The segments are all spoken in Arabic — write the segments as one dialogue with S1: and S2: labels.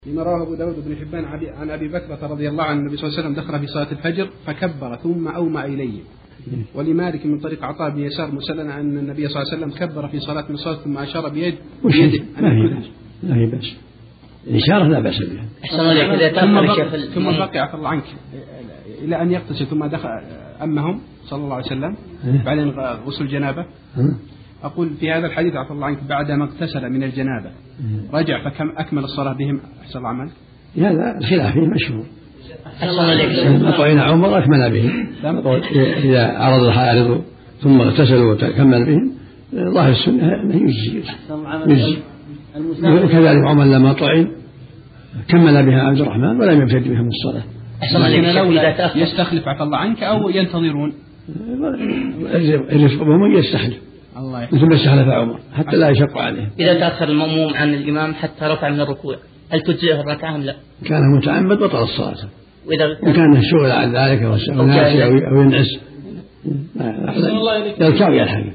S1: لما رواه أبو داود بن حبان عن أبي بكرة رضي الله عنه النبي صلى الله عليه وسلم دخل في صلاة الفجر فكبر ثم أومأ إليه. ولمالك من طريق عطاء بن يسار مسلنا أن النبي صلى الله عليه وسلم كبر في صلاة من الصلاة ثم أشار بيده
S2: لا هي بأس الإشارة لا بأس بها.
S1: ثم بقي عفى الله عنك إلى أن يغتسل ثم دخل أمهم صلى الله عليه وسلم بعدين غسل الجنابة. أقول في هذا الحديث عفى الله عنك بعد ما اغتسل من الجنابة رجع فكم أكمل الصلاة بهم أحسن الله عمل؟
S2: هذا الخلاف فيه مشهور. طعن عمر أكمل بهم إذا عرض الحائض ثم اغتسلوا وكمل بهم ظاهر السنة أنه يجزي. وكذلك عمر لما طعن كمل بها عبد الرحمن ولم يبتدئ بهم الصلاة.
S1: لولا يستخلف عفى الله عنك أو ينتظرون
S2: الرفق بهم يستخلف مثل ما استخلف عمر حتى لا يشق عليه.
S3: إذا تأخر المأموم عن الإمام حتى رفع من الركوع هل تجزئه الركعة أم لا؟
S2: كان متعمد بطل الصلاة. وإن كان الشغل عن ذلك أو ينعس يركع يلحق.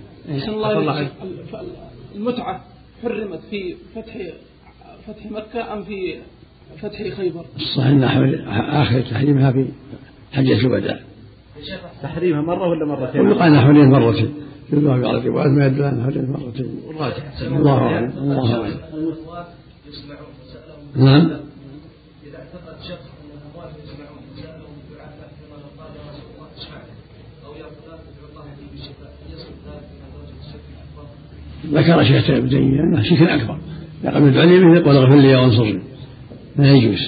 S4: المتعة حرمت في فتح مكة أم في فتح خيبر؟
S2: الصحيح أن آخر تحريمها في حجة الوداع.
S1: تحريمها مرة ولا مرتين؟
S2: وقال حريم مرتين. يدل على الروايات ما يدل على حريم مرتين. الله أعلم. الله أعلم. نعم.
S5: إذا اعتقد شخص أن الأموات يسمعون سألهم دعاء كما قال يا رسول الله اشفع أو يا فلان ادعو الله لي بالشفاء يصل ذلك إلى درجة الشرك الأكبر.
S2: ذكر شيخ ابن تيمية أنه شرك أكبر. يقول ادعو لي به يقول اغفر لي وانصرني لا يجوز.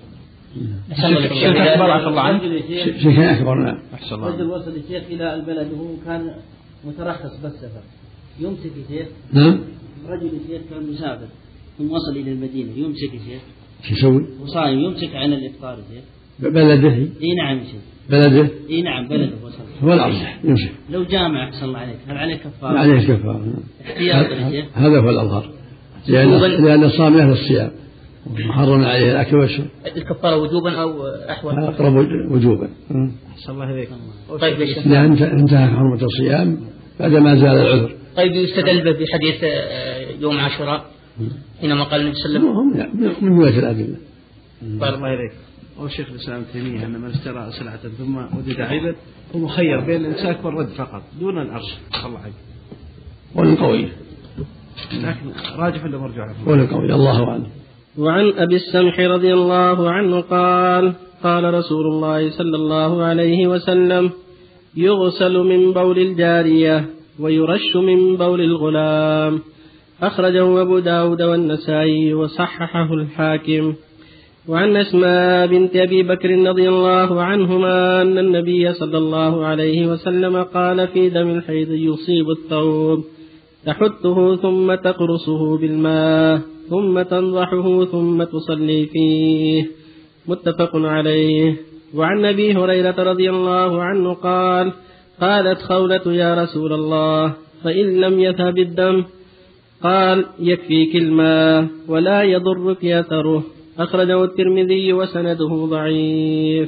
S1: شرك أكبر عفى الله عنك.
S2: شرك أكبر نعم.
S6: رجل وصل الشيخ إلى البلد وهو كان مترخص بالسفر يمسك الشيخ.
S2: نعم.
S6: رجل الشيخ كان مسافر ثم وصل إلى المدينة يمسك الشيخ.
S2: شو يسوي؟
S6: وصايم يمسك عن الإفطار الشيخ.
S2: بلده؟
S6: إي نعم شيخ.
S2: بلده؟
S6: إي نعم بلده وصل.
S2: هو الأرجح يمسك.
S6: لو جامع أحسن الله عليك هل عليه كفارة؟
S2: عليه كفارة.
S6: احتياط الشيخ.
S2: هذا هو الأظهر. لأن الصام له الصيام محرم عليه الأكل والشرب.
S3: الكفارة وجوبا أو أحوال؟
S2: أقرب وجوبا.
S1: أحسن الله إليك.
S3: طيب
S2: إذا انتهى حرمة الصيام بعد ما زال العذر.
S3: طيب يستدل به بحديث يوم عاشوراء حينما قال النبي صلى الله عليه
S2: وسلم من جملة الأدلة.
S1: بارك الله إليك. والشيخ الإسلام ابن تيمية أن من اشترى سلعة ثم وجد عيبا هو مخير بين الإمساك والرد فقط دون الأرش. الله عنك.
S2: قول قوي.
S1: لكن راجح ولا مرجوح؟
S2: قول قوي الله أعلم.
S7: وعن أبي السمح رضي الله عنه قال قال رسول الله صلى الله عليه وسلم يغسل من بول الجارية ويرش من بول الغلام. أخرجه أبو داود والنسائي وصححه الحاكم. وعن أسماء بنت أبي بكر رضي الله عنهما أن النبي صلى الله عليه وسلم قال في دم الحيض يصيب الثوب تحته ثم تقرصه بالماء ثم تنضحه ثم تصلي فيه. متفق عليه. وعن أبي هريرة رضي الله عنه قال قالت خولة يا رسول الله فإن لم يذهب الدم قال يكفيك الماء ولا يضرك أثره. أخرجه الترمذي وسنده ضعيف.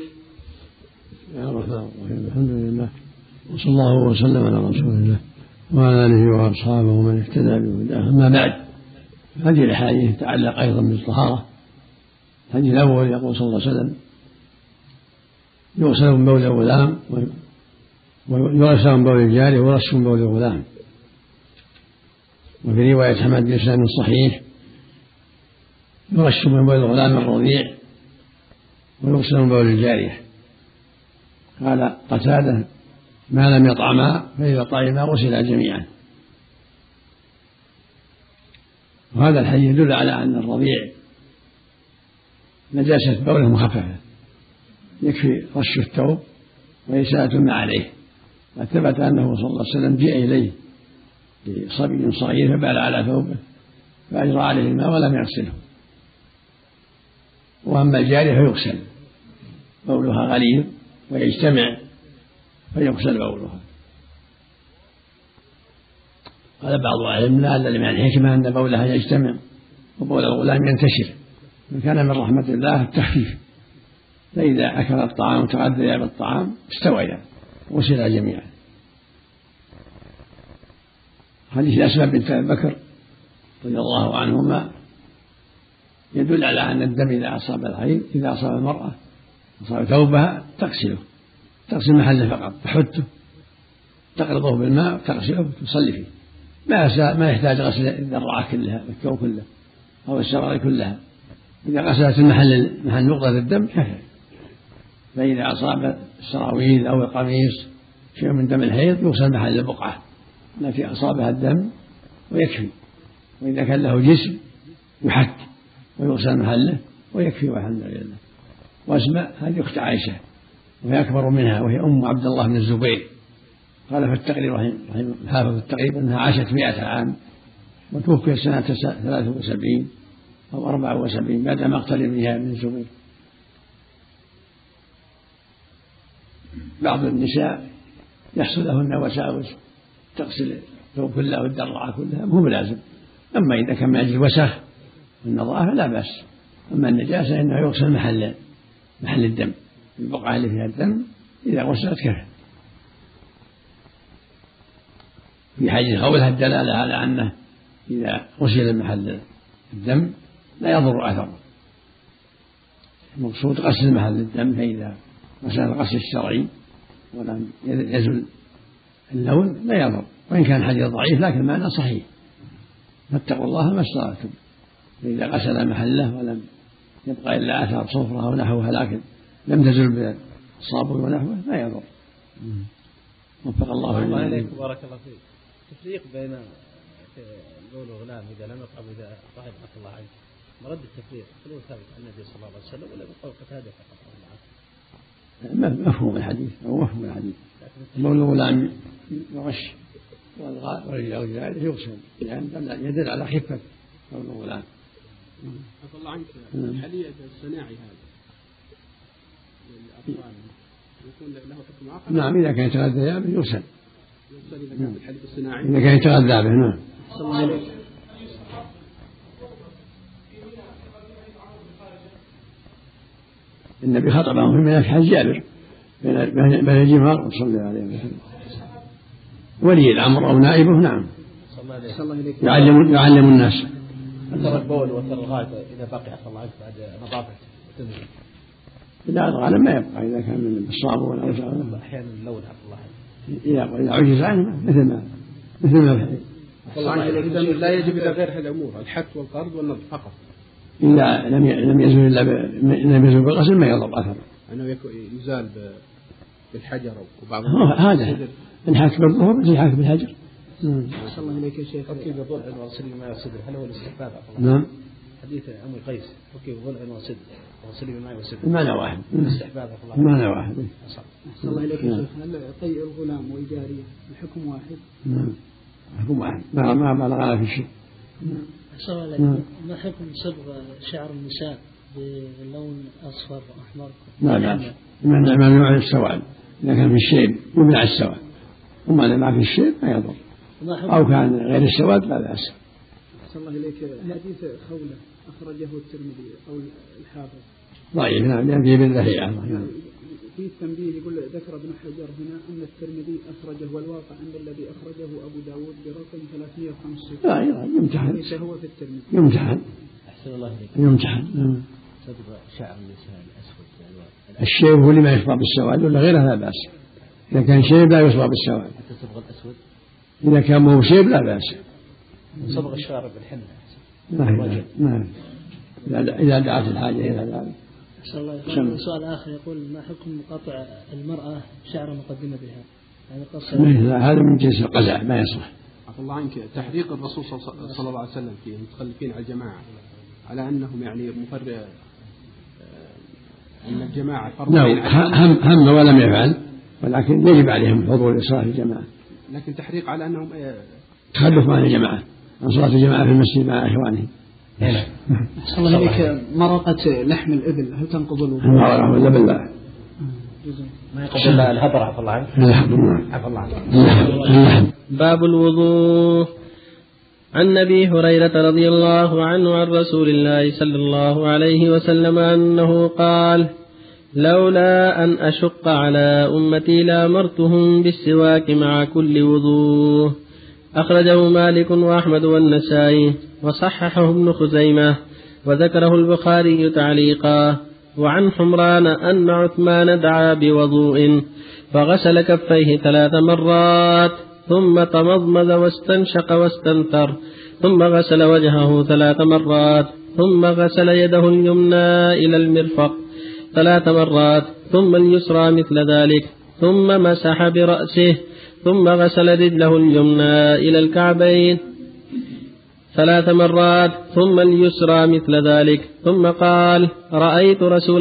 S2: الحمد لله وصلى الله وسلم على رسول الله وعلى آله وأصحابه ومن اهتدى بهداه. أما بعد هذه الأحاديث تتعلق أيضا بالطهارة. الحديث الأول يقول صلى الله عليه وسلم يغسل من بول الغلام ويغسل من بول الجارية ويرش من بول الغلام. وفي رواية حماد بن سلمة الصحيح يرش من بول الغلام الرضيع ويغسل من بول الجارية. قال قتادة ما لم يطعما فإذا طعما غسلا جميعا. وهذا الحديث يدل على أن الرضيع نجاسة بوله مخففة يكفي رش الثوب وإساءة ما عليه. وثبت أنه صلى الله عليه وسلم جاء إليه بصبي صغير فبال على ثوبه فأجرى عليه الماء ولم يغسله. وأما الجارية فيغسل بولها غليظ ويجتمع فيغسل بولها. قال بعض العلم لا لمن الحكمة أن بولها يجتمع وبول الغلام ينتشر. من كان من رحمة الله التخفيف. فإذا أكل الطعام وتغذى بالطعام استويا غسلا جميعا. حديث أسماء بنت أبي بكر رضي الله عنهما يدل على أن الدم إذا أصاب الحيض، إذا أصاب المرأة أصاب ثوبها تغسل محله فقط، تحته تقرضه بالماء تغسله تصلي فيه، ما يحتاج غسل الذراع كلها الثوب كله أو السراويل كلها. إذا غسلت محل نقطة الدم كفى. فإذا أصاب السراويل أو القميص شيء من دم الحيض يغسل محل البقعة التي أصابها الدم ويكفي. وإذا كان له جسم يحك ويغسل محله ويكفي والحمد لله. وأسماء هذه أخت عائشة وهي أكبر منها، وهي أم عبد الله بن الزبير. قال في التقريب رحمه حافظ التقريب أنها عاشت 100 عام وتوفيت سنة 73 أو 74 بعد مقتل ابنها بن الزبير. بعض النساء يحصل لهن وساوس تغسل الثوب كله والذراع كلها مو لازم. أما إذا كان من أجل الوسخ والنظافة لا بأس. أما النجاسة إنه يغسل محل الدم، البقعة اللي فيها الدم إذا غسلت كفى. في حديث قولها الدلالة على أنه إذا غسل محل الدم لا يضر أثره. المقصود غسل محل الدم، فإذا غسل الغسل الشرعي ولم يزل اللون لا يضر، وإن كان حديث ضعيف لكن المعنى صحيح. فاتقوا الله ما استطعتم. فإذا غسل محله ولم يبقى إلا أثر صفرة ونحوها لكن لم تزل بالصابون ونحوه لا يضر. وفق الله
S6: إليك. بارك الله فيك. تفريق بين بول الغلام إذا لم يطعم إذا طعم عفى الله عنه، مرد التفريق هل هو ثابت عن النبي صلى الله عليه وسلم ولا بقول قتادة فقط؟
S2: مفهوم الحديث أو مفهوم الحديث. بول الغلام يغش والرجال يغسل لأن يدل على خفة بول الغلام.
S1: عفى الله عنك. الحليب الصناعي هذا للأطفال يكون له حكم آخر؟
S2: نعم إذا كان يتغذى به يغسل.
S1: إذا كان الحليب الصناعي
S2: إذا كان يتغذى به. نعم. النبي خطبهم في مناسك حج جابر بين الجمار وصلى عليه وسلم. ولي الأمر أو نائبه نعم يعلم الناس.
S6: أثر البول وأثر الغائط إذا بقي عفى الله عنك بعد نظافة
S2: إذا الغالب ما يبقى إذا كان من الصابون أو شيء.
S6: أحيانا اللون عفى الله عنك
S2: إذا عجز عنه مثل ما
S1: إذا لا يجب إلا غير هذه الأمور الحك والقرض والنضح فقط.
S2: إذا لم يزل بالغسل ما يضر أثره.
S1: أنه يزال بالحجر وبعض
S2: هذا الحك بالظهر مثل الحك بالحجر.
S1: صلى الله عليك يا شيخ.
S6: حكي بضلع وغسل بماء وسدر هل هو الاستحباب؟
S2: نعم.
S6: حديث أم قيس حكي بضلع وسدر وغسل بماء وسدر
S2: المعنى واحد.
S6: الاستحباب
S2: المعنى واحد.
S1: صلى الله عليك يا شيخ. هل طيء الغلام والجارية الحكم واحد؟
S2: نعم حكم واحد ما بلغنا في شيء.
S8: صلى الله عليه ما حكم صبغ شعر النساء بلون أصفر وأحمر؟
S2: لا بأس. ما يمنع السواد إذا كان في الشيب يمنع السواد، وما لم في الشيب ما يضر، أو كان غير السواد لا بأس.
S1: صلى الله عليك. حديث خولة أخرجه الترمذي أو الحافظ
S2: ضعيف نعم لأن فيه بالذريعة.
S1: في التنبيه يقول ذكر ابن حجر هنا أن الترمذي أخرجه والواقع عند الذي أخرجه أبو داود برقم 350.
S2: لا يمتحن.
S1: ليس هو في الترمذي.
S2: يمتحن.
S6: أحسن الله إليك.
S2: يمتحن.
S6: صبغ شعر النساء الأسود بالألوان.
S2: الشيب هو اللي ما يصبغ بالسواد ولا غيره لا بأس. إذا كان شيب لا يصبغ بالسواد.
S6: حتى صبغ الأسود.
S2: إذا كان مو شيب لا بأس.
S6: صبغ الشارب بالحنة.
S2: نعم. إذا دعت الحاجة إلى ذلك.
S8: سؤال آخر يقول ما حكم قطع المرأة شعر مقدمتها؟ يعني
S2: هذا من جنس القزع ما يصلح.
S1: عفى الله عنك. تحريق الرسول صلى الله عليه وسلم في المتخلفين على الجماعة على أنهم يعني مفرق أن الجماعة فرض.
S2: هم ولم يفعل ولكن يجب عليهم حضور لصلاة الجماعة.
S1: لكن تحريق على أنهم
S2: تخلف عن الجماعة عن صلاة الجماعة في المسجد مع إخوانهم.
S1: صلى الله عليك. مرقة لحم الإبل هل تنقض الوضوء؟
S2: المرقة ولا بالله؟
S6: ما يقضي الهدر عفى الله عنك.
S2: عفى الله عنك.
S7: باب الوضوء. عن أبي هريرة رضي الله عنه عن رسول الله صلى الله عليه وسلم أنه قال لولا أن أشق على أمتي لأمرتهم بالسواك مع كل وضوء. أخرجه مالك وأحمد والنسائي وصححه ابن خزيمة. وذكره البخاري تعليقا. وعن حمران أن عثمان دعا بوضوء فغسل كفيه 3 مرات ثم تمضمض واستنشق واستنثر ثم غسل وجهه 3 مرات ثم غسل يده اليمنى إلى المرفق 3 مرات ثم اليسرى مثل ذلك ثم مسح برأسه ثم غسل رجله اليمنى إلى الكعبين 3 مرات ثم اليسرى مثل ذلك ثم قال رأيت رسول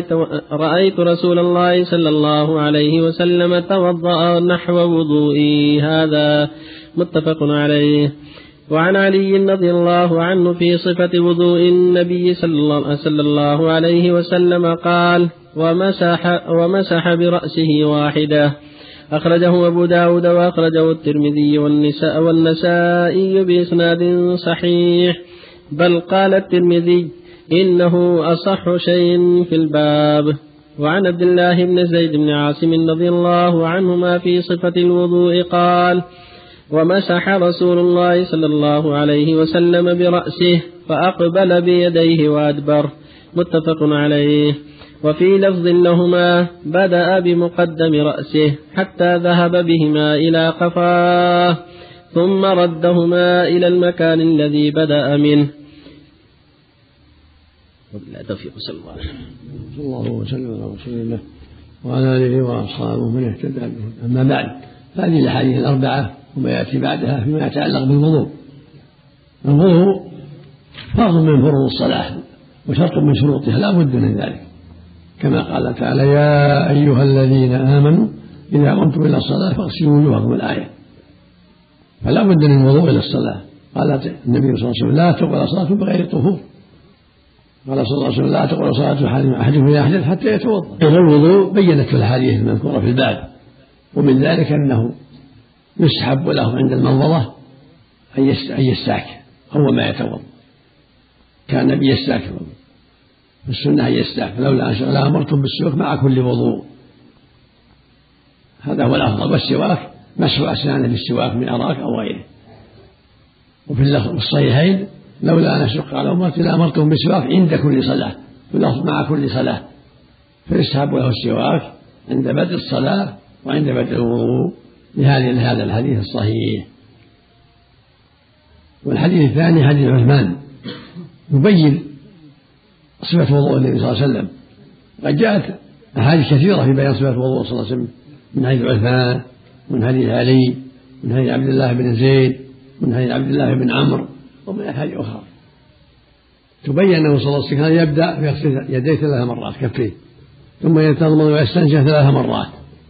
S7: الله صلى الله عليه وسلم توضأ نحو وضوئي هذا متفق عليه. وعن علي رضي الله عنه في صفة وضوء النبي صلى الله عليه وسلم قال ومسح برأسه واحدة. أخرجه أبو داود وأخرجه الترمذي والنسائي بإسناد صحيح، بل قال الترمذي إنه أصح شيء في الباب. وعن عبد الله بن زيد بن عاصم رضي الله عنهما في صفة الوضوء قال ومسح رسول الله صلى الله عليه وسلم برأسه فأقبل بيديه وأدبر متفق عليه. وفي لفظ لهما بدأ بمقدم رأسه حتى ذهب بهما إلى قفاه ثم ردهما إلى المكان الذي بدأ منه. وبالله توفيق صلى الله عليه وسلم.
S2: صلى الله وسلم على رسول الله وعلى آله وأصحابه من اهتدى به. أما بعد، هذه الأحاديث الأربعة وما يأتي بعدها فيما يتعلق بالوضوء. الوضوء فرض من فروض الصلاة وشرط من شروطها لا بد من ذلك، كما قال تعالى يا أيها الذين آمنوا إذا قمتم إلى الصلاة فاغسلوا وجوهكم الآية. فلا بد من الوضوء إلى الصلاة. قال النبي صلى الله عليه وسلم لا تقبل صلاة بغير طهور. قال صلى الله عليه وسلم لا تقبل صلاة أحدكم إذا أحدث حتى يتوضأ. الوضوء بينت الحديث المذكورة في الباب، ومن ذلك أنه يسحب له عند المنضلة أن يستاك أول ما يتوضأ. كان النبي يستاك السنة أن يستاك، لولا أن أمرتم بالسواك مع كل وضوء. هذا هو الأفضل. والسواك مسح أسنانه بالسواك من أراك أو غيره. وفي الصحيحين لولا أن أشق على أمتي لأمرتم بالسواك عند كل صلاة، واللفظ مع كل صلاة، فيسحب له السواك عند بدء الصلاة وعند بدء الوضوء لهذا الحديث الصحيح. والحديث الثاني حديث عثمان يبين صفة وضوء النبي صلى الله عليه وسلم. قد جاءت أحاديث كثيرة في بيان صفة وضوء صلى الله عليه وسلم، من حديث عثمان، من حديث علي، من حديث عبد الله بن زيد، من حديث عبد الله بن عمرو، ومن أحاديث أخرى تبين أنه صلى الله عليه وسلم يبدأ بيغسل يديه 3 مرات كفيه، ثم يتضمض ويستنشق 3 مرات،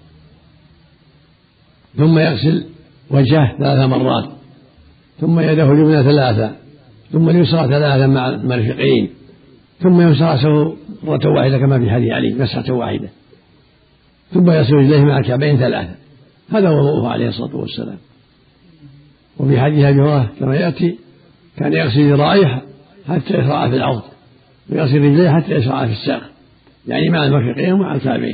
S2: ثم يغسل وجهه 3 مرات، ثم يده اليمنى 3، ثم اليسرى 3 مع المرفقين، ثم يمسح رأسه مرة واحدة كما في حديث علي مسحة واحدة، ثم يغسل رجليه مع الكعبين 3. هذا وضوءه عليه الصلاة والسلام. وفي حديث أبي هريرة كما يأتي كان يغسل ذراعيه حتى يشرع في العضد، ويغسل رجليه حتى يشرع في الساق، يعني مع المرفقين ومع الكعبين.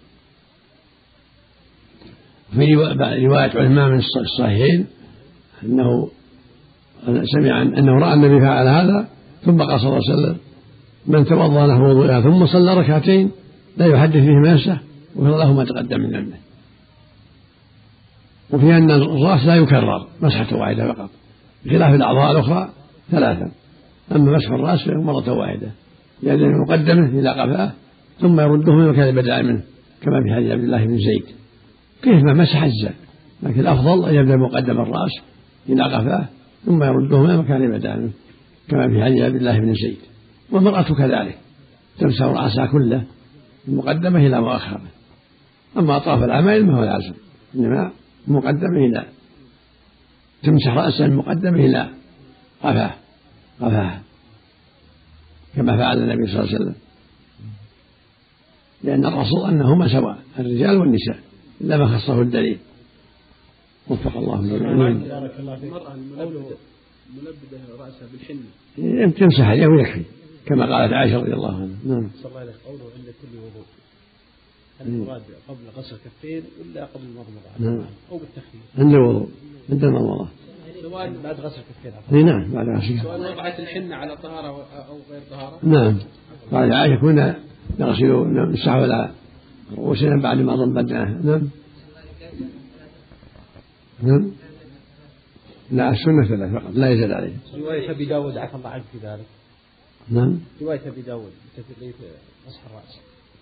S2: في رواية عثمان من الصحيحين أنه سمع أنه رأى النبي فعل هذا، ثم قال صلى الله عليه وسلم من توضأ نحو وضوءها ثم صلى 2 ركعتين لا يحدث فيهما نفسه وغفر له ما تقدم من ذنبه. وفي أن الرأس لا يكرر، مسحة واحدة فقط، بخلاف الأعضاء الأخرى 3. أما مسح الرأس فهو مرة واحدة، يعني من مقدمه إلى قفاه ثم يرده من مكان بدأ منه، كما في حديث عبد الله بن زيد. كيفما مسح أجزاء، لكن الأفضل أن يبدأ مقدم الرأس إلى قفاه ثم يرده من مكان بدأ منه، كما في حديث عبد الله بن زيد. والمرأة كذلك تمسح رأسها كله من مقدمه إلى مؤخره. أما أطراف العمائل ما هو العزم، إنما مقدمه إلى تمسح رأسها من مقدمه إلى قفاه كما فعل النبي صلى الله عليه وسلم، لأن الرسول أنهما سواء الرجال والنساء إلا ما خصه الدليل. وفق الله جميعا.
S1: بارك الله فيك. ملبدة رأسها بالحنة
S2: تمسح عليه ويكفي، كما قالت عائشة رضي الله عنها. نعم.
S6: صلى الله عليه قوله عند كل وضوء، المراد قبل غسل الكفين ولا قبل المضمضة؟
S2: نعم.
S6: أو بالتخفيف؟
S2: عند الوضوء، عند المضمضة.
S6: بعد غسل الكفين.
S2: نعم بعد غسل.
S1: سؤال وضعت الحنة على طهارة أو غير طهارة؟
S2: نعم قال عائشة كنا نغسل نمسح على رؤوسنا بعد ما ضمدناها. نعم لا السنة ثلاث فقط لا يزال عليه.
S6: رواية أبي داود عفى الله عنك في ذلك.
S2: نعم
S6: رواية أبي داود تثليث مسح الرأس.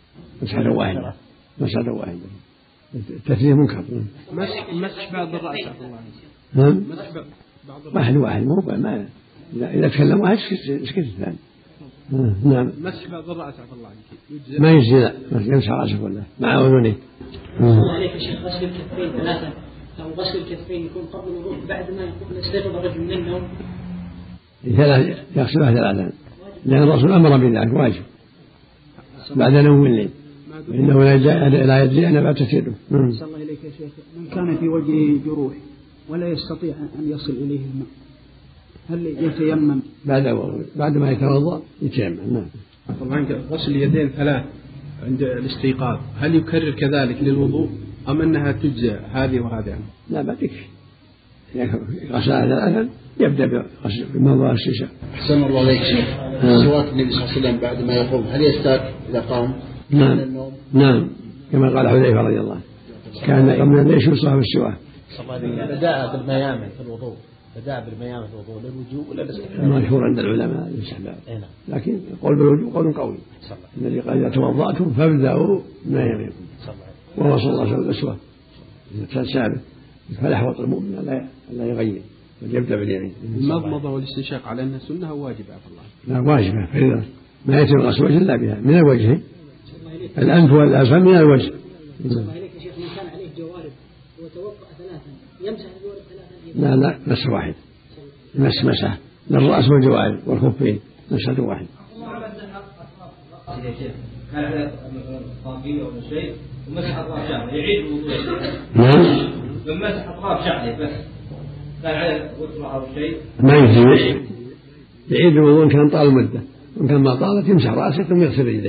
S2: مسحة واحدة التثليث منكر.
S1: مسح بعض الرأس عفى الله عنك.
S2: نعم
S1: مسح بعض الرأس.
S2: واحد مو ما إذا تكلم واحد اسكت الثاني. نعم
S1: مسح بعض الرأس عفى الله عنك
S2: ما يجزي لا يمسح رأسه كله مع أذنه.
S8: عليك يا شيخ غسل الكفين ثلاثة أو غسل الكفين يكون قبل الوضوء بعد ما يكون يستيقظ الرجل من النوم.
S2: ثلاث يغسلها ثلاثا لأن الرسول أمر بذلك واجب بعد نوم الليل إنه لا يدري أن أبعد
S9: صلى الله إليك يا شيخ من كان في وجهه جروح ولا يستطيع أن يصل إليه الماء هل يتيمم
S2: بعد ما يتوضأ يتيمم؟ نعم.
S1: طبعا غسل اليدين ثلاث عند الاستيقاظ هل يكرر كذلك للوضوء أم أنها تجزئ هذه وهذه عنه؟
S2: لا ما تكفي غسلها ثلاثا يبدأ بموضوع الشيشة.
S10: أحسن الله عليك شيخ. سواك النبي صلى الله عليه وسلم بعد ما يقوم هل يستاك إذا قام؟
S2: نعم كما قال حذيفة رضي الله كان قبل أن يشوصها بالسواك.
S6: بدأ بالميامن في الوضوء للوجوء ولا الاستحباب؟
S2: مشهور عند العلماء الاستحباب لكن القول بالوجوء قول قوي. الذي قال إذا توضأتم فابدأوا ما يمينكم وهو صلى الله عليه وسلم الأسوة ثابت فالأحوط المؤمن لا يغير بل يبدأ باليمين.
S1: المضمضة والاستنشاق على أنها سنة أو واجبة عفى الله؟
S2: لا واجبة فإذا ما يتم غسل الوجه إلا بها من الوجه الأنف والأسفل من الوجه.
S8: الله عليك يا شيخ من كان عليه جوارب وتوقع ثلاثا يمسح الجوارب ثلاثا؟
S2: لا مس واحد مسح للرأس والجوارب والخفين مسح واحد.
S5: كان على طافية أو شيء ومسح أطراف شعره يعيد الوضوء.
S2: نعم.
S5: مسح أطراف شعره بس كان على وتر أو شيء.
S2: ما يجزي يعيد الوضوء إن كان طال مدة وإن كان ما طالت يمسح رأسه ثم يغسل رجليه.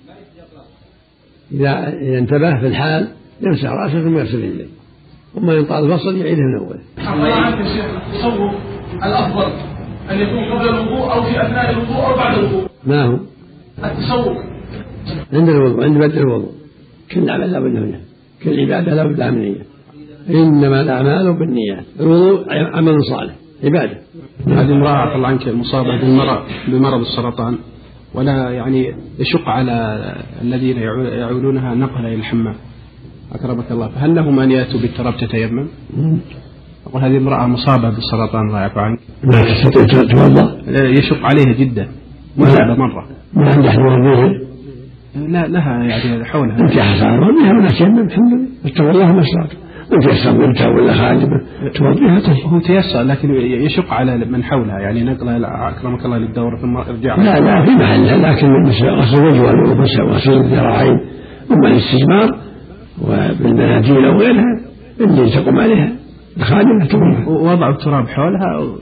S2: إذا انتبه في الحال يمسح رأسه ثم يغسل رجليه وما إن طال الفصل يعيده من أوله.
S4: الله عنك يا شيخ تصور الأفضل أن يكون قبل الوضوء أو في أثناء الوضوء أو بعد الوضوء؟
S2: ما هو؟
S4: التصور
S2: عند الوضوء عند بدء الوضوء كل عمل لا بد منه كل عبادة لا بد من نية إنما الأعمال بالنيات. الوضوء عمل صالح عبادة.
S1: هذه امرأة عفى الله عنك مصابة بمرض السرطان ولا يعني يشق على الذين يعولونها نقلها إلى الحمام أكرمك الله فهل لهم أن يأتوا بالتراب تتيمم؟ أقول هذه امرأة مصابة بالسرطان الله يعفو عنك
S2: لا تستطيع تتوضأ
S1: يشق عليها جدا متعبة مرة
S2: ما عندها حوار
S1: لا لها يعني حولها
S2: أنت حسارة بها ولا تيمم الحمد لله التوضأ ما صار أنت يسر بنتها ولا خادمة توضيها
S1: هو تيسر لكن يشق على من حولها يعني نقلها أكرمك الله للدورة ثم ارجع
S2: لا في محلها لكن غسل الوجه وغسل الذراعين أما الاستجمار وبالمناديل أو غيرها اللي تقوم عليها الخادمة تقوم
S1: ووضع التراب حولها أو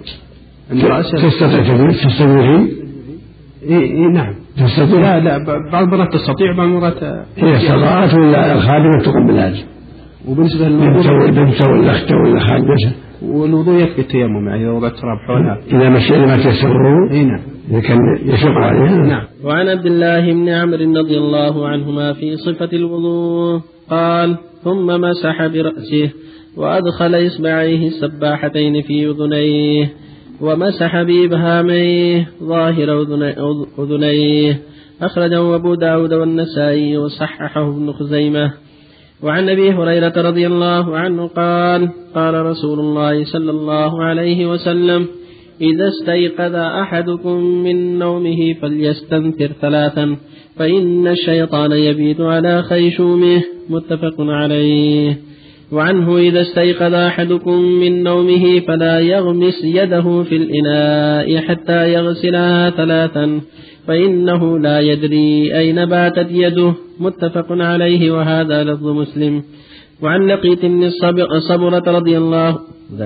S2: تستطيع
S1: إيه نعم
S2: تستطيع
S1: لا بعض المرات تستطيع بعض المرات
S2: هي استطاعت ولا الخادمة تقوم بالهاجم
S1: وبالنسبة
S2: للبنت ولا أخته ولا خادمة
S1: والوضوء يكفي التيمم يعني وضع التراب حولها
S2: إذا مشي ما تيسره
S1: نعم
S2: إذا كان يشق عليها
S7: نعم. وعن عبد الله بن عمرو رضي الله عنهما في صفة الوضوء قال ثم مسح برأسه وأدخل إصبعيه السباحتين في أذنيه ومسح بإبهاميه ظاهر أذنيه أخرجه أبو داود والنسائي وصححه ابن خزيمة. وعن أبي هريرة رضي الله عنه قال قال رسول الله صلى الله عليه وسلم إذا استيقظ أحدكم من نومه فليستنثر ثلاثا فإن الشيطان يبيت على خيشومه متفق عليه. وعنه إذا استيقظ أحدكم من نومه فلا يغمس يده في الإناء حتى يغسلها ثلاثا فإنه لا يدري أين باتت يده متفق عليه وهذا لفظ مسلم. وعن لقيط بن صبرة رضي الله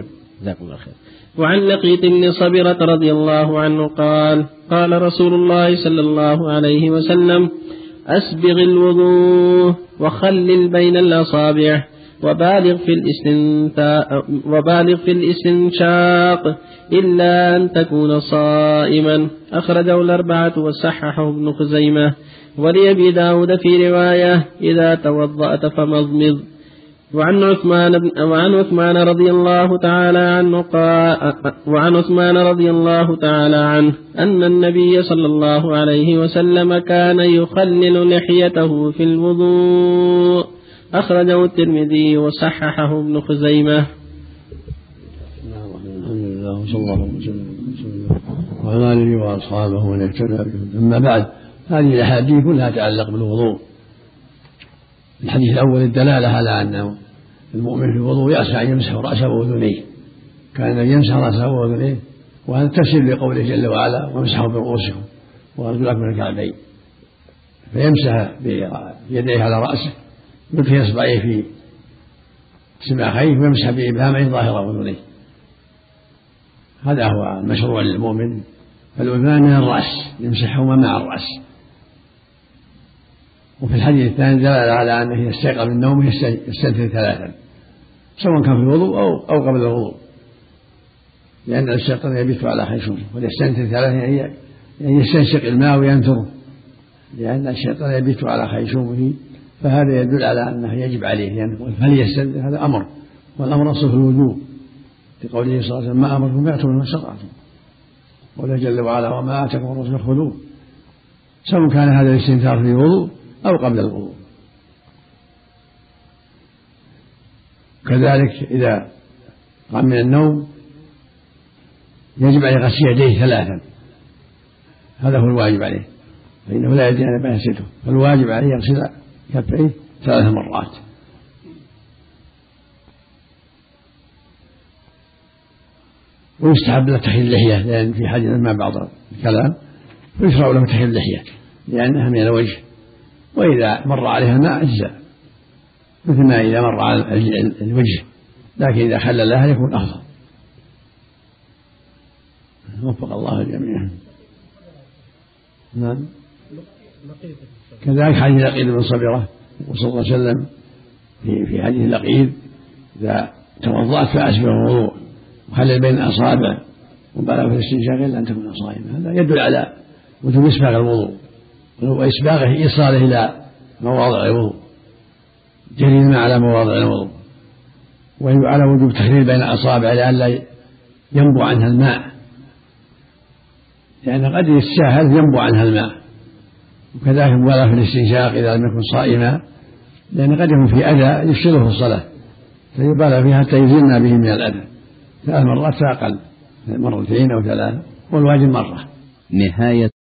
S7: وعن لقيط بن صبرة رضي الله عنه قال قال رسول الله صلى الله عليه وسلم أسبغ الوضوء وخلل بين الأصابع وبالغ في الاستنشاق إلا أن تكون صائما. أخرجه الأربعة وصححه ابن خزيمة. ولأبي داود في رواية: إذا توضأت فمضمض. وعن عثمان رضي الله تعالى عنه أن النبي صلى الله عليه وسلم كان يخلل لحيته في الوضوء. أخرجه الترمذي وصححه ابن خزيمة.
S2: الحمد لله وصلى الله وسلم وعلى آله وأصحابه ومن اهتدى بهداهم. أما بعد، هذه الأحاديث كلها تتعلق بالوضوء. الحديث الأول الدلالة على أنه المؤمن في الوضوء يسعى أن يمسح رأسه وأذنيه، كان يمسح رأسه وأذنيه، وهذا تفسير لقوله جل وعلا: وامسحوا برؤوسكم وأرجلكم من الكعبين. فيمسح بيديه على رأسه، يدخل إصبعيه في سماخيه ويمسح بإبهامه ظاهر أذنيه. هذا هو المشروع للمؤمن. فالأذنان من الرأس، يمسحهما مع الرأس. وفي الحديث الثاني دلالة على أنه إذا استيقظ من نومه يستنثر ثلاثا، سواء كان في الوضوء أو قبل الوضوء، لأن الشيطان يبيت على خيشومه. ويستنثر ثلاثا يعني يستنشق الماء وينثره، لأن الشيطان يبيت على خيشومه. فهذا يدل على أنه يجب عليه، يعني هل يستنثر؟ هذا أمر، والأمر أصل في الوجوب، لقوله صلى الله عليه وسلم: ما أمركم فأتوا ما استطعتم. قال جل وعلا: وما آتاكم الرسول فخذوه. سواء كان هذا الاستنثار في الوضوء أو قبل الوضوء. كذلك إذا قام من النوم يجب عليه غسل يديه ثلاثا، هذا هو الواجب عليه، فإنه لا يدري أن يغسله، فالواجب عليه يغسل كفيه 3 مرات. ويستحب له تحليل اللحية، لأن في حديث ما بعض الكلام ويشرع له تحليل اللحية لأنها من الوجه، وإذا مر عليها الماء أجزاء، مثل ما إذا مر على الوجه، لكن إذا خللها يكون أفضل. وفق الله الجميع. نعم. كذلك حديث لقيط بن صبرة صلى الله عليه وسلم في حديث لقيط: إذا توضأت فأسبغ الوضوء وخلل بين الأصابع وبالغ في الاستنشاق إلا أن تكون صائما. هذا يدل على وجوب إسباغ الوضوء، وإسباغه إيصاله إلى مواضع الوضوء، جري الماء على مواضع الوضوء، وعلى وجوب تخليل بين الأصابع لئلا ينبع عنها الماء، لأن قد يتساهل ينبع عنها الماء. وكذلك مبالغة في الاستنشاق إذا لم يكن صائما، لأن قد يكون في أذى يفسده في الصلاة، فيبالغ فيها حتى يزيل ما به من الأذى. 3 مرات فأقل، 2 أو 3، والواجب مرة.
S11: نهاية